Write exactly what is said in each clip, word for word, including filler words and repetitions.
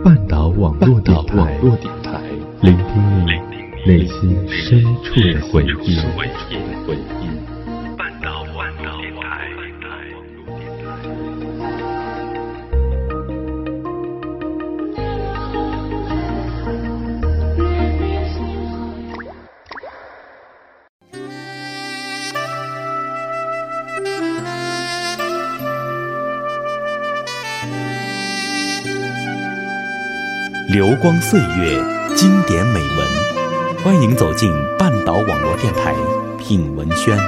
半岛网络电台，聆听你内心深处的回忆。半岛网络电台。 流光岁月，经典美文，欢迎走进半岛网络电台品文轩。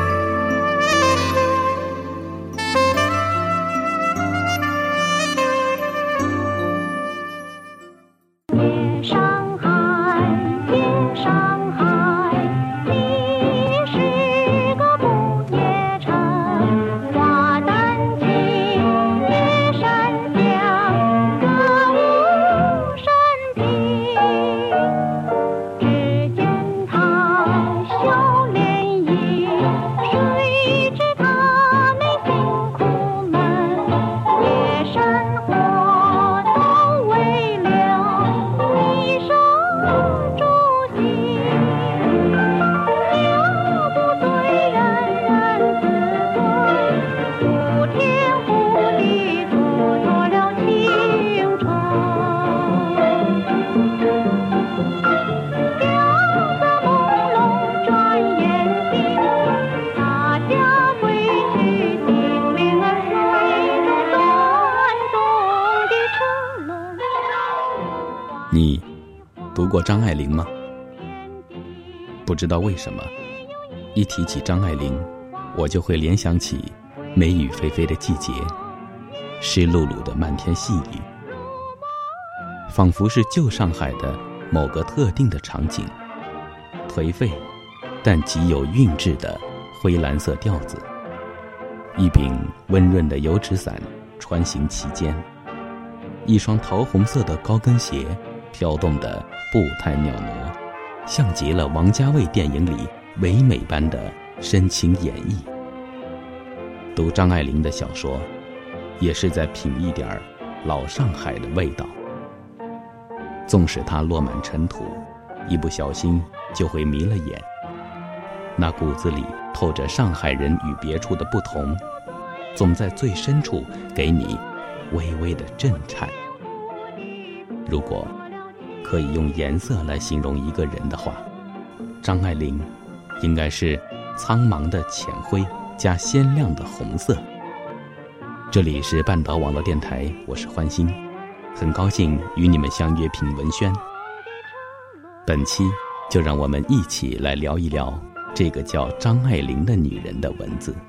你读过张爱玲吗？不知道为什么，一提起张爱玲，我就会联想起梅雨霏霏的季节，湿漉漉的漫天细雨，仿佛是旧上海的某个特定的场景，颓废但极有韵致的灰蓝色调子，一柄温润的油纸伞穿行其间，一双桃红色的高跟鞋飘动的步态袅娜，像极了王家卫电影里唯美般的深情演绎。读张爱玲的小说，也是在品一点老上海的味道。纵使它落满尘土，一不小心就会迷了眼，那骨子里透着上海人与别处的不同，总在最深处给你微微的震颤。如果可以用颜色来形容一个人的话，张爱玲应该是苍茫的浅灰加鲜亮的红色。这里是半岛网络电台，我是欢欣，很高兴与你们相约品文轩。本期就让我们一起来聊一聊这个叫张爱玲的女人的文字。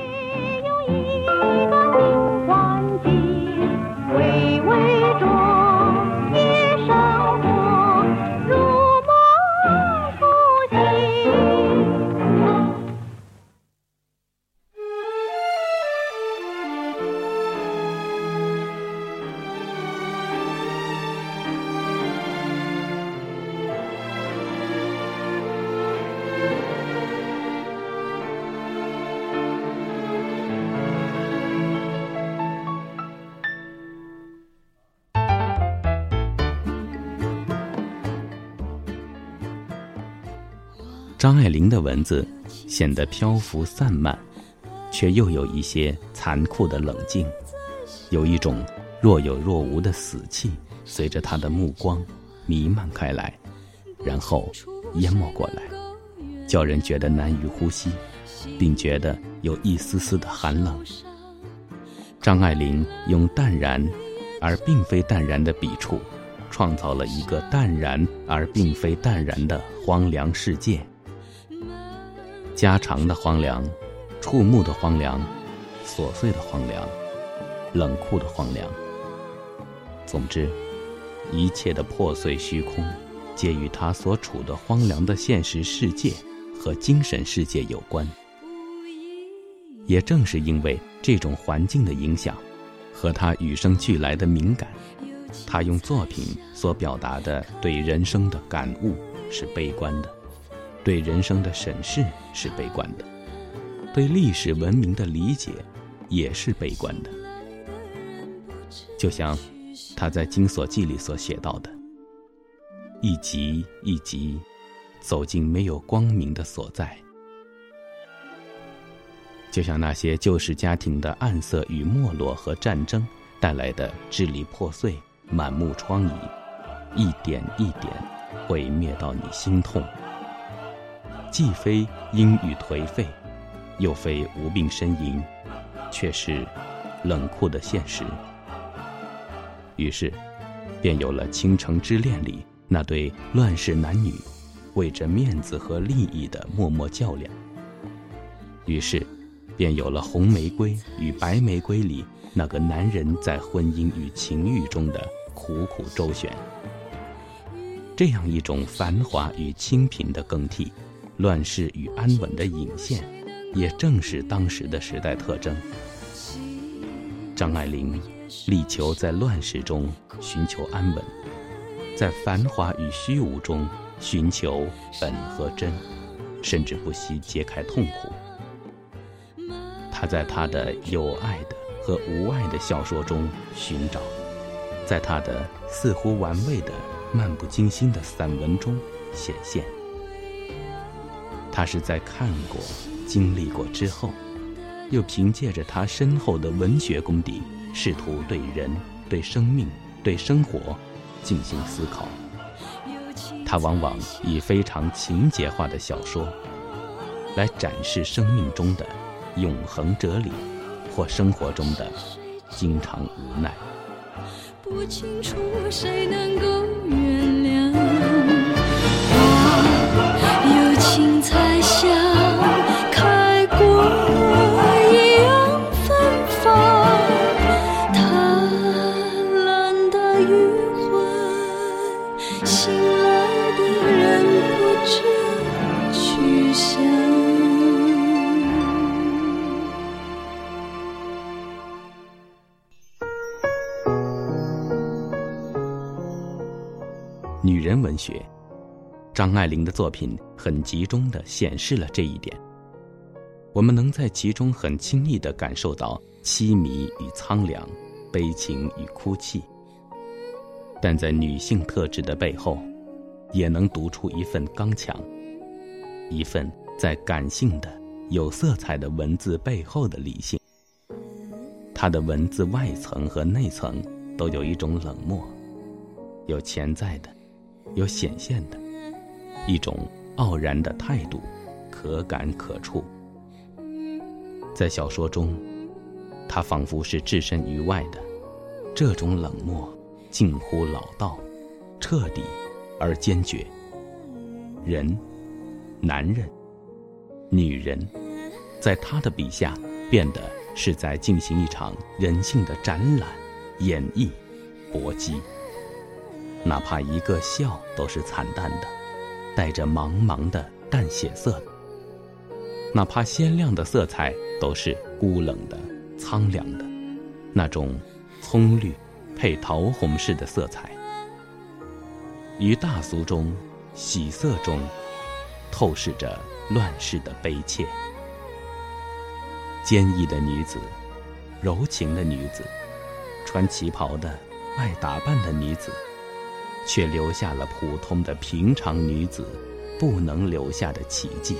张爱玲的文字显得漂浮散漫，却又有一些残酷的冷静，有一种若有若无的死气随着她的目光弥漫开来，然后淹没过来，叫人觉得难于呼吸，并觉得有一丝丝的寒冷。张爱玲用淡然而并非淡然的笔触，创造了一个淡然而并非淡然的荒凉世界。家常的荒凉，触目的荒凉，琐碎的荒凉，冷酷的荒凉。总之，一切的破碎虚空，皆与他所处的荒凉的现实世界和精神世界有关。也正是因为这种环境的影响，和他与生俱来的敏感，他用作品所表达的对人生的感悟是悲观的，对人生的审视是悲观的，对历史文明的理解也是悲观的。就像他在《金锁记》里所写到的，一级一级走进没有光明的所在，就像那些旧式家庭的暗色与没落和战争带来的支离破碎、满目疮痍，一点一点毁灭到你心痛。既非阴郁颓废，又非无病呻吟，却是冷酷的现实。于是便有了《倾城之恋》里那对乱世男女为着面子和利益的默默较量，于是便有了《红玫瑰与白玫瑰》里那个男人在婚姻与情欲中的苦苦周旋。这样一种繁华与清贫的更替，乱世与安稳的隐现，也正是当时的时代特征。张爱玲力求在乱世中寻求安稳，在繁华与虚无中寻求本和真，甚至不惜揭开痛苦。她在她的有爱的和无爱的小说中寻找，在她的似乎玩味的漫不经心的散文中显现。她是在看过经历过之后，又凭借着她深厚的文学功底，试图对人、对生命、对生活进行思考。他往往以非常情节化的小说来展示生命中的永恒哲理，或生活中的经常无奈。 不清楚谁能够原谅我，有情才像开过一样芬芳，贪婪的余魂，醒来的人不知去向。 女人文学，张爱玲的作品很集中地显示了这一点。我们能在其中很轻易地感受到凄迷与苍凉，悲情与哭泣，但在女性特质的背后，也能读出一份刚强，一份在感性的有色彩的文字背后的理性。她的文字外层和内层都有一种冷漠，有潜在的，有显现的，一种傲然的态度，可感可触。在小说中，他仿佛是置身于外的，这种冷漠近乎老道，彻底而坚决。人、男人、女人，在他的笔下变得是在进行一场人性的展览、演绎、搏击。哪怕一个笑都是惨淡的，带着茫茫的淡血色的；哪怕鲜亮的色彩都是孤冷的、苍凉的，那种葱绿配桃红式的色彩。于大俗中、喜色中，透视着乱世的悲切。坚毅的女子，柔情的女子，穿旗袍的、爱打扮的女子，却留下了普通的平常女子不能留下的奇迹。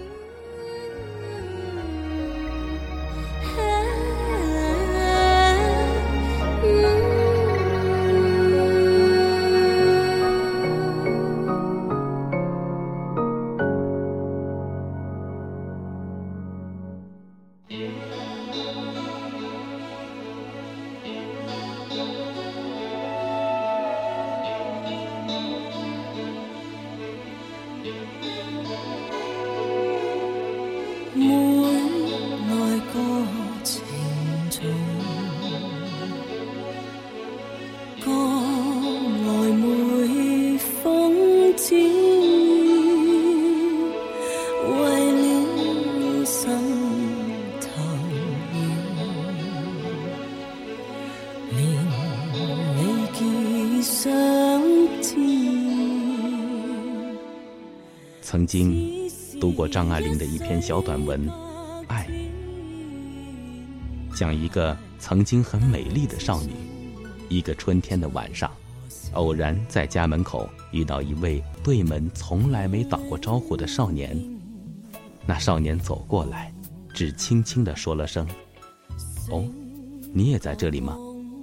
曾经读过张爱玲的一篇小短文《爱》，讲一个曾经很美丽的少女， 一个春天的晚上，偶然在家门口遇到一位对门从来没打过招呼的少年。那少年走过来，只轻轻地说了声：“哦，你也在这里吗？”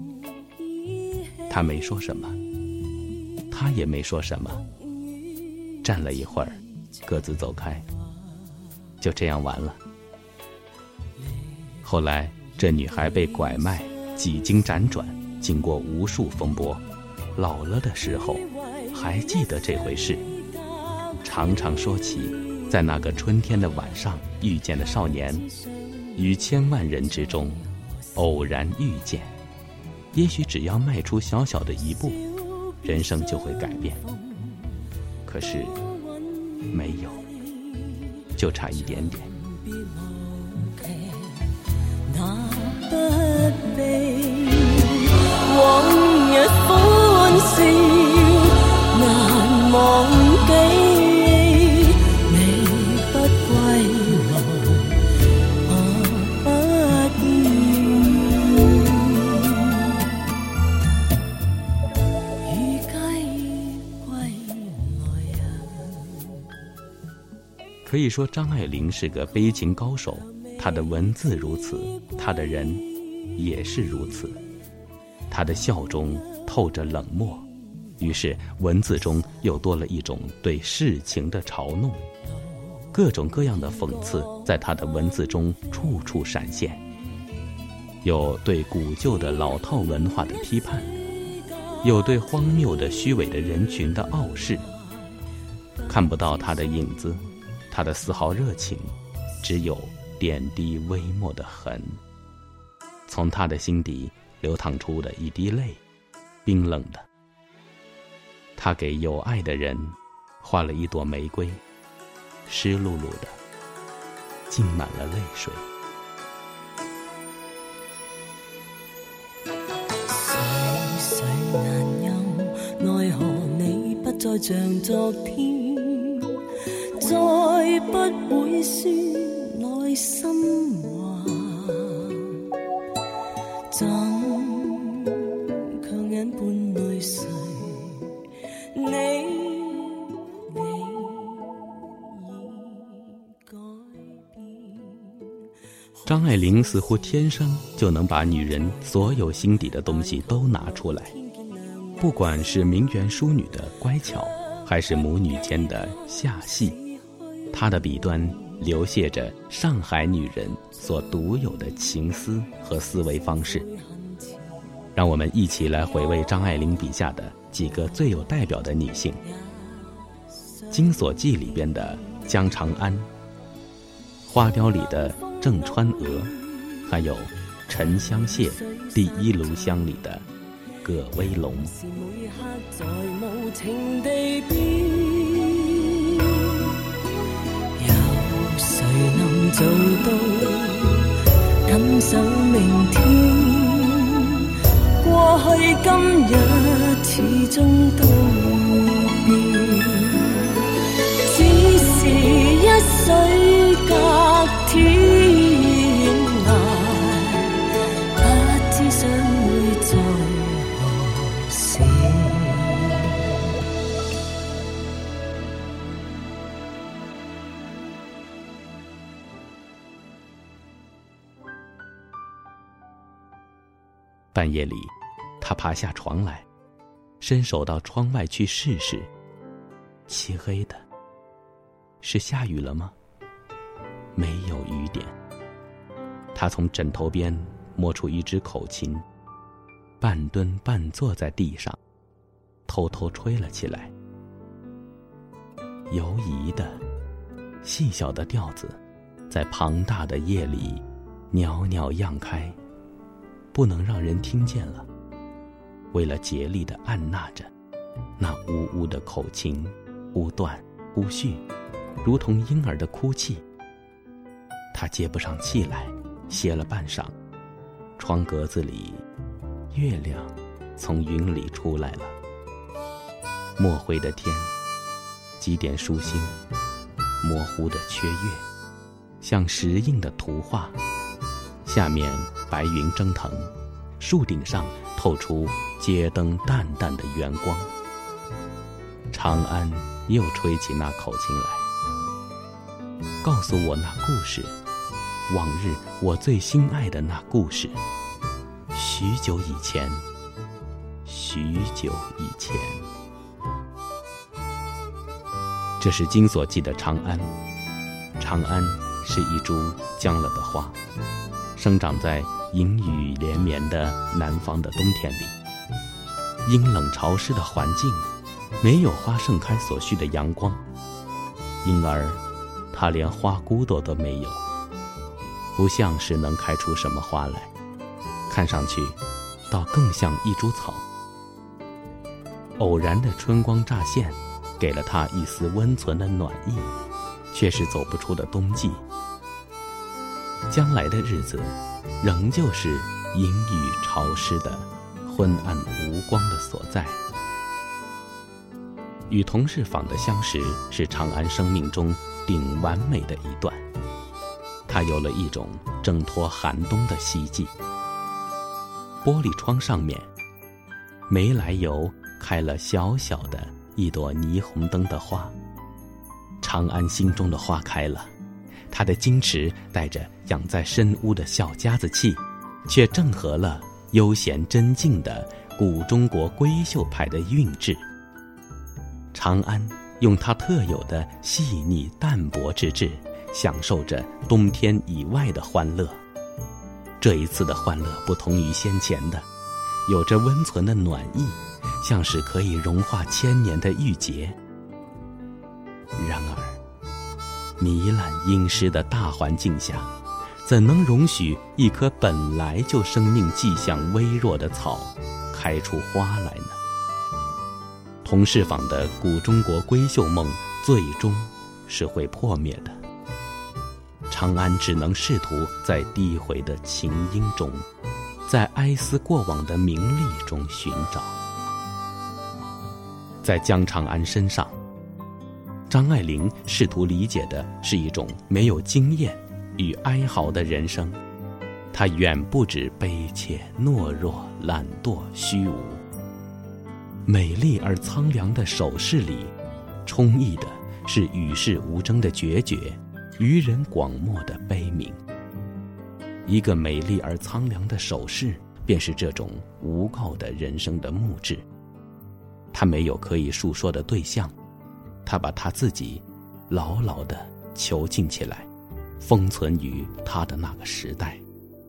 他没说什么，他也没说什么，站了一会儿，各自走开，就这样完了。后来这女孩被拐卖，几经辗转，经过无数风波，老了的时候还记得这回事，常常说起在那个春天的晚上遇见的少年，于千万人之中偶然遇见，也许只要迈出小小的一步，人生就会改变。可是没有，就差一点点。 那不悲，往日歡笑難忘記，你不歸來，我不要。與雞歸來人。 可以說張愛玲是個悲情高手，她的文字如此，她的人也是如此。她的笑中透着冷漠，于是文字中又多了一种对世情的嘲弄，各种各样的讽刺在她的文字中处处闪现，有对古旧的老套文化的批判，有对荒谬的虚伪的人群的傲视。看不到她的影子，她的丝毫热情，只有点滴微末的痕。从她的心底流淌出的一滴泪，冰冷的。她给有爱的人画了一朵玫瑰，湿漉漉的，浸满了泪水。 歲歲難休，奈何你不再像昨天，再不會說內心話，怎強忍半淚水，你你已改變。 張愛玲似乎天生就能把女人所有心底的東西都拿出來，不管是名媛淑女的乖巧，還是母女間的下戲，她的筆端流瀉着上海女人所獨有的情思和思維方式。讓我們一起來回味張愛玲筆下的幾個最有代表的女性。金鎖記裡邊的江長安，花雕裡的鄭川娥，還有沉香榭第一爐香裡的葛威龍。 誰能做到緊守明天？過去今日始終都變，只是一水隔天涯，不知想會在何時。 半夜里，他爬下床来，伸手到窗外去試試，漆黑的，是下雨了嗎？沒有雨點。他從枕頭邊摸出一支口琴，半蹲半坐在地上，偷偷吹了起來。游移的、細小的調子，在龐大的夜裡裊裊漾開，不能讓人聽見了。為了竭力地按捺着那嗚嗚的口琴，忽斷忽續，如同嬰兒的哭泣。他接不上氣來，歇了半晌，窗格子裡月亮從雲裡出來了。墨灰的天，幾點疏星，模糊的缺月，像石印的圖畫。下面白雲蒸騰，樹頂上透透出街灯淡淡的圆光。长安又吹起那口琴来，告诉我那故事，往日我最心爱的那故事，许久以前，许久以前。这是金所记的长安。长安是一株僵了的花，生长在阴雨连绵的南方的冬天里。阴冷潮湿的环境没有花盛开所需的阳光，因而它连花骨朵都没有，不像是能开出什么花来，看上去倒更像一株草。偶然的春光乍现，给了它一丝温存的暖意，却是走不出的冬季。将来的日子仍旧是阴雨潮湿的昏暗无光的所在。与同事坊的相识是长安生命中顶完美的一段，它有了一种挣脱寒冬的希冀。玻璃窗上面没来由开了小小的一朵霓虹灯的花。长安心中的花开了，它的矜持带着养在深屋的小家子气，却正合了悠闲真静的古中国闺秀派的韵致。长安用它特有的细腻淡泊之志，享受着冬天以外的欢乐。这一次的欢乐不同于先前的，有着温存的暖意，像是可以融化千年的玉洁。然而糜烂阴湿的大环境下，怎能容许一棵本来就生命迹象微弱的草开出花来呢？同事坊的古中国闺秀梦最终是会破灭的。长安只能试图在低回的琴音中，在哀思过往的名利中寻找。在江长安身上，张爱玲试图理解的是一种没有经验与哀嚎的人生，它远不止悲切、懦弱、懒惰、虚无。美丽而苍凉的手势里，充溢的是与世无争的决绝，渔人广漠的悲悯。一个美丽而苍凉的手势，便是这种无告的人生的墓志。他没有可以述说的对象，他把他自己牢牢地囚禁起来，封存于他的那个时代。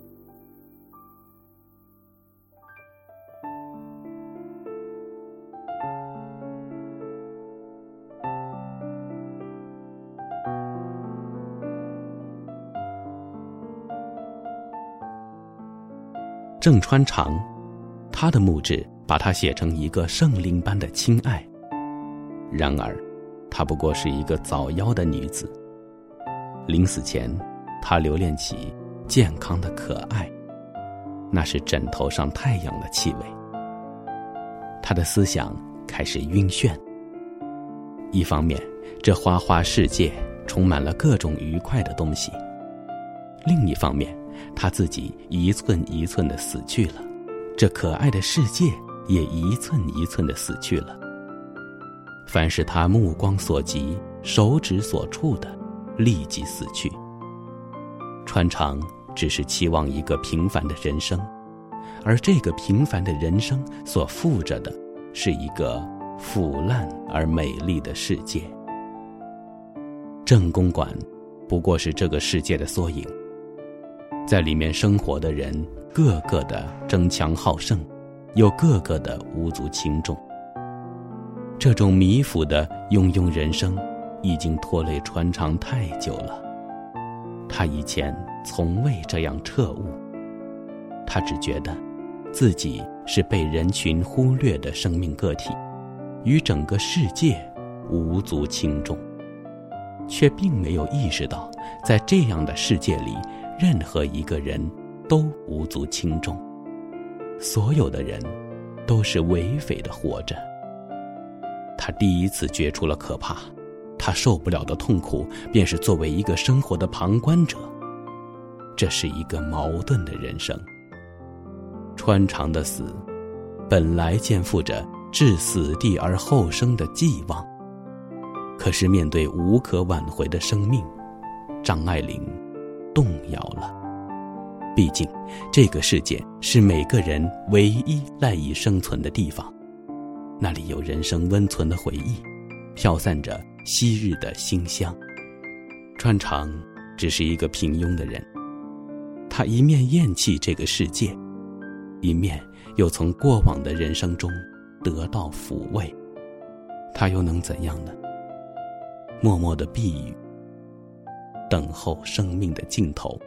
郑川长，他的墓志把他写成一个圣灵般的亲爱，然而她不过是一个早夭的女子。临死前，她留恋起健康的可爱，那是枕头上太阳的气味。她的思想开始晕眩。一方面，这花花世界充满了各种愉快的东西；另一方面，她自己一寸一寸地死去了，这可爱的世界也一寸一寸地死去了。凡是他目光所及、手指所触的，立即死去。川长只是期望一个平凡的人生，而这个平凡的人生所附着的，是一个腐烂而美丽的世界。郑公馆不过是这个世界的缩影，在里面生活的人，个个的争强好胜，又个个的无足轻重。这种迷腐的庸庸人生已经拖累川长太久了，他以前从未这样彻悟。他只觉得自己是被人群忽略的生命个体，与整个世界无足轻重，却并没有意识到，在这样的世界里，任何一个人都无足轻重，所有的人都是违匪的活着。他第一次觉出了可怕，他受不了的痛苦便是作为一个生活的旁观者。这是一个矛盾的人生。川长的死本来肩负着置死地而后生的寄望，可是面对无可挽回的生命，张爱玲动摇了。毕竟这个世界是每个人唯一赖以生存的地方，那里有人生温存的回忆，飘散着昔日的馨香。川长只是一个平庸的人，他一面厌弃这个世界，一面又从过往的人生中得到抚慰，他又能怎样呢？默默地避雨，等候生命的尽头。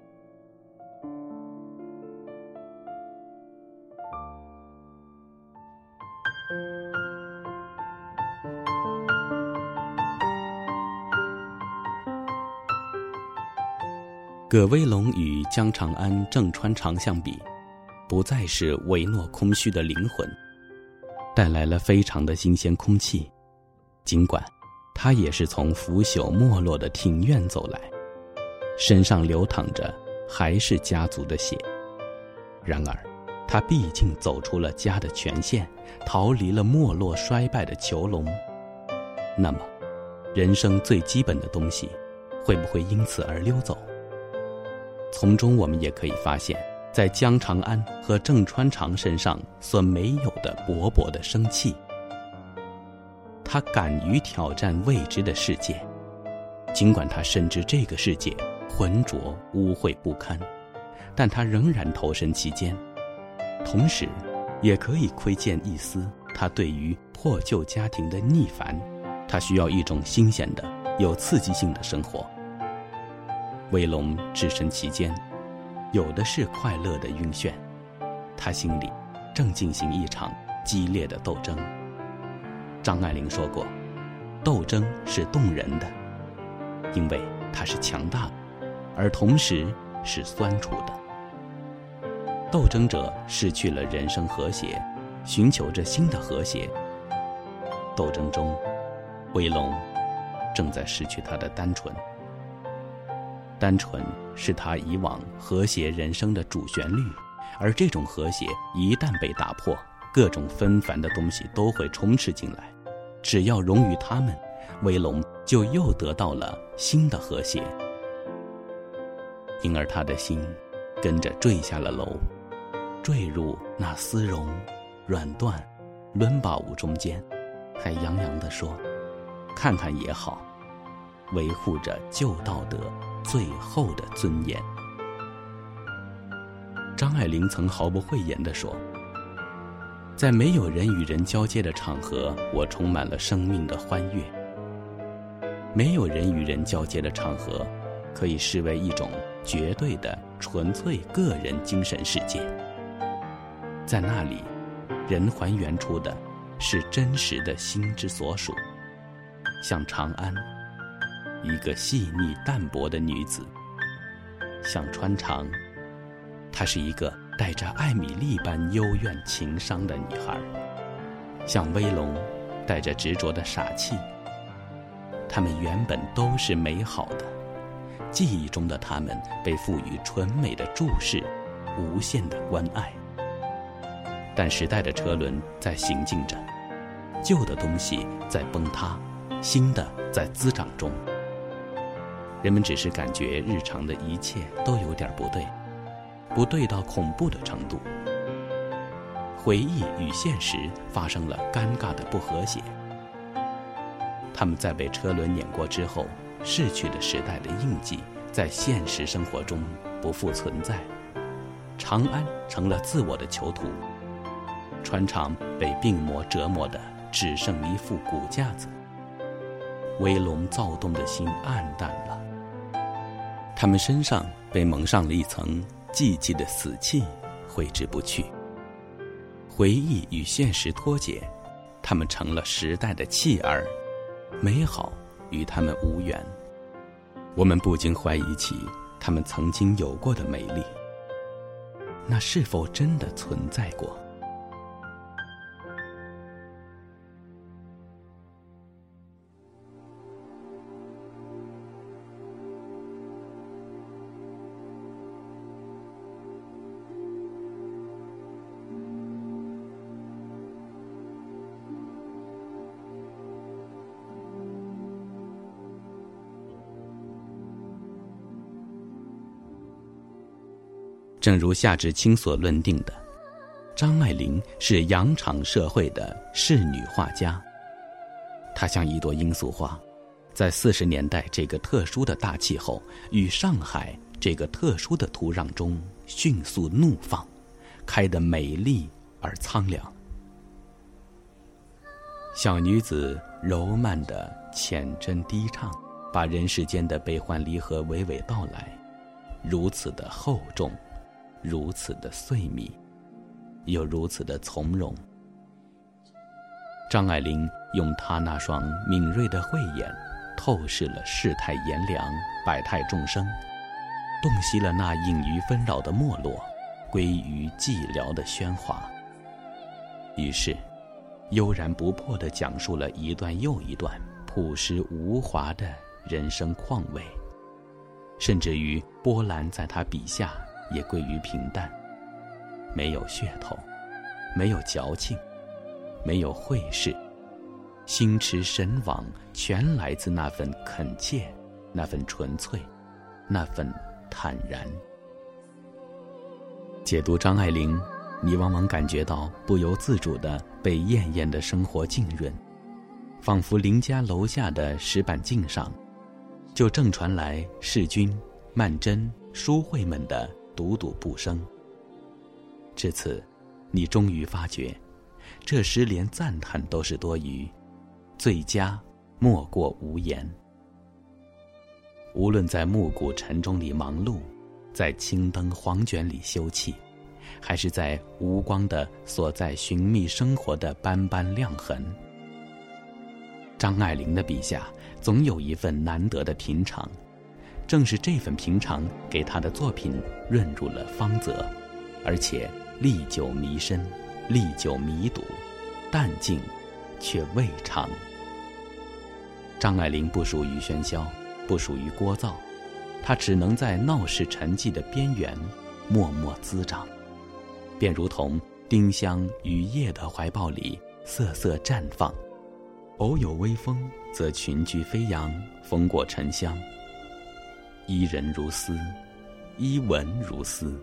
葛威龙与江长安、郑川长相比，不再是唯诺空虚的灵魂，带来了非常的新鲜空气。尽管他也是从腐朽没落的庭院走来，身上流淌着还是家族的血，然而他毕竟走出了家的权限，逃离了没落衰败的囚笼。那么人生最基本的东西会不会因此而溜走？从中我们也可以发现，在江长安和郑川长身上所没有的勃勃的生气。他敢于挑战未知的世界，尽管他深知这个世界浑浊污秽不堪，但他仍然投身其间，同时也可以窥见一丝他对于破旧家庭的逆烦。他需要一种新鲜的有刺激性的生活。威龙置身其间，有的是快乐的晕眩，他心里正进行一场激烈的斗争。张爱玲说过，斗争是动人的，因为它是强大的，而同时是酸楚的。斗争者失去了人生和谐，寻求着新的和谐。斗争中，威龙正在失去他的单纯。单纯是他以往和谐人生的主旋律，而这种和谐一旦被打破，各种纷繁的东西都会充斥进来。只要融于他们，威龙就又得到了新的和谐。因而他的心跟着坠下了楼，坠入那丝绒、软缎、伦巴舞中间，还洋洋地说：看看也好，维护着旧道德最后的尊严。张爱玲曾毫不讳言地说，在没有人与人交接的场合，我充满了生命的欢悦。没有人与人交接的场合，可以视为一种绝对的纯粹个人精神世界。在那里，人还原出的是真实的心之所属，像长安，一个细腻淡泊的女子；像川长，她是一个带着艾米丽般幽怨情伤的女孩；像威龙，带着执着的傻气。她们原本都是美好的，记忆中的她们被赋予纯美的注视，无限的关爱。但时代的车轮在行进着，旧的东西在崩塌，新的在滋长中。人们只是感觉日常的一切都有点不对，不对到恐怖的程度。回忆与现实发生了尴尬的不和谐。他们在被车轮碾过之后，逝去的时代的印记在现实生活中不复存在。长安成了自我的囚徒，川长被病魔折磨的只剩一副骨架子。威龙躁动的心暗淡了，他们身上被蒙上了一层寂寂的死气，挥之不去。回忆与现实脱节，他们成了时代的弃儿，美好与他们无缘。我们不禁怀疑起他们曾经有过的美丽，那是否真的存在过？ 正如夏志清所论定的，张爱玲是洋场社会的仕女画家。她像一朵罂粟花，在四十年代这个特殊的大气候与上海这个特殊的土壤中迅速怒放，开得美丽而苍凉。小女子柔慢的浅斟低唱，把人世间的悲欢离合娓娓道来，如此的厚重，如此的碎密，又如此的从容。张爱玲用她那双敏锐的慧眼，透视了世态炎凉，百态众生，洞悉了那隐于纷扰的没落，归于寂寥的喧哗。于是悠然不迫地讲述了一段又一段朴实无华的人生况味，甚至于波澜在他笔下也归于平淡，没有噱头，没有矫情，没有讳事，心驰神往全来自那份恳切，那份纯粹，那份坦然。解读张爱玲，你往往感觉到不由自主地被艳艳的生活浸润，仿佛邻家楼下的石板镜上就正传来世君、曼桢、淑慧们的笃笃步声。至此，你终于发觉，这时连赞叹都是多余，最佳莫过无言。无论在暮鼓晨钟里忙碌，在青灯黄卷里休憩，还是在无光的所在寻觅生活的斑斑亮痕，张爱玲的笔下总有一份难得的平常，正是这份平常给她的作品润入了芳泽，而且历久弥深，历久弥笃，淡静却未长。张爱玲不属于喧嚣，不属于聒噪，她只能在闹市沉寂的边缘默默滋长，便如同丁香于叶的怀抱里瑟瑟绽放，偶有微风则群居飞扬，风过沉香，伊人如丝，伊文如丝。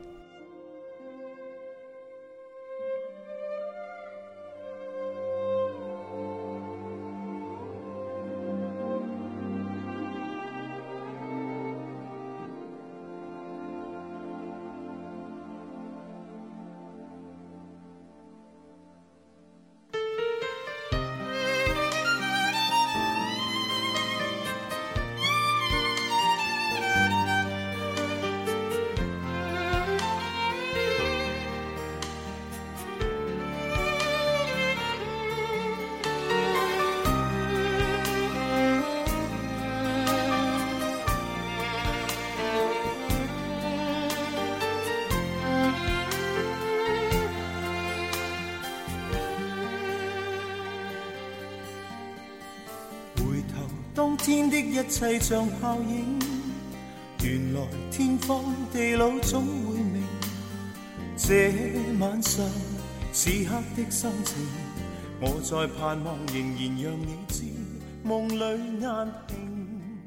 當天的一切像泡影，原來天荒地老總會明。這晚上此刻的心情，我在盼望仍然讓你知，夢裏安平。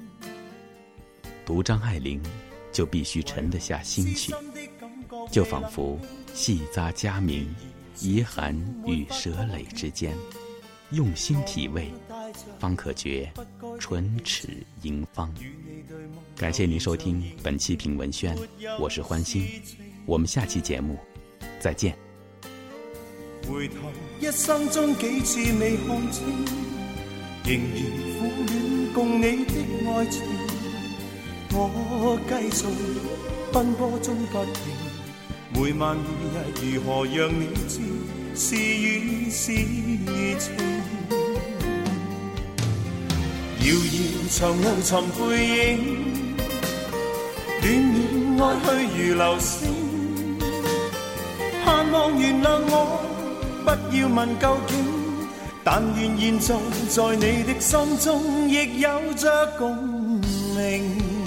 讀張愛玲就必須沉得下心去，就仿佛細咂佳茗，遺含與舌蕾之間，用心體味，方可覺唇齒盈芳。感謝您收聽本期品文軒，我是歡欣，我們下期節目再見。 回頭一生中幾次未看清，仍然苦戀共你的愛情，我繼續奔波中不停，每晚每日如何讓你知是與是情。遙遙長路尋背影，戀戀愛去如流星，盼望原諒我，不要問究竟，但願現在在你的心中亦有着共鳴。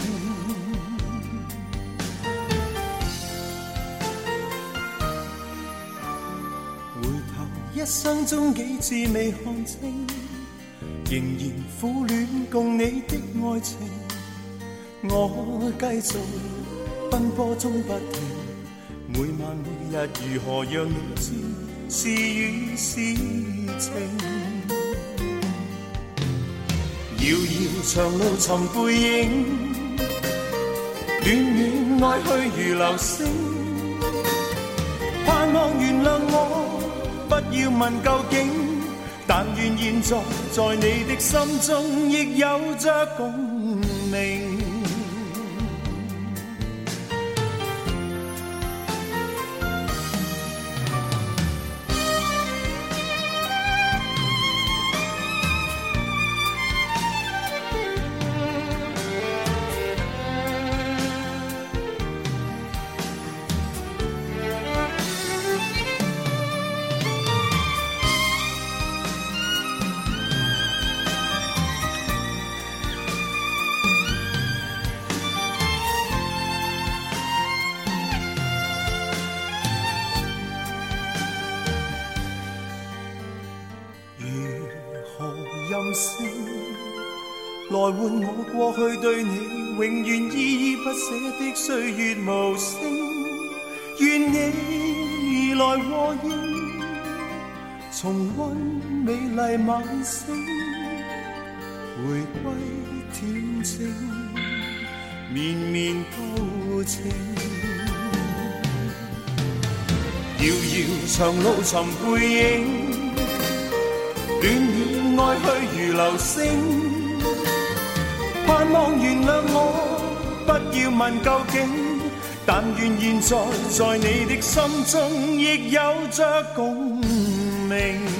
回頭一生中幾次未看清，仍然苦戀共你的愛情，我繼續奔波中不停， 每晚每日如何讓你知是與是情？遙遙長路尋背影，暖暖愛去如流星。盼望原諒我，不要問究竟，但願現在在你的心中亦有着共鳴。來換我過去對你永遠依依不捨的歲月無聲，願你來和應，重溫美麗晚星，回歸恬靜，綿綿舊情。遙遙長路尋背影，暖暖愛去如流星。盼望原諒我，不要問究竟，但願現在在你的心中亦有着共鳴。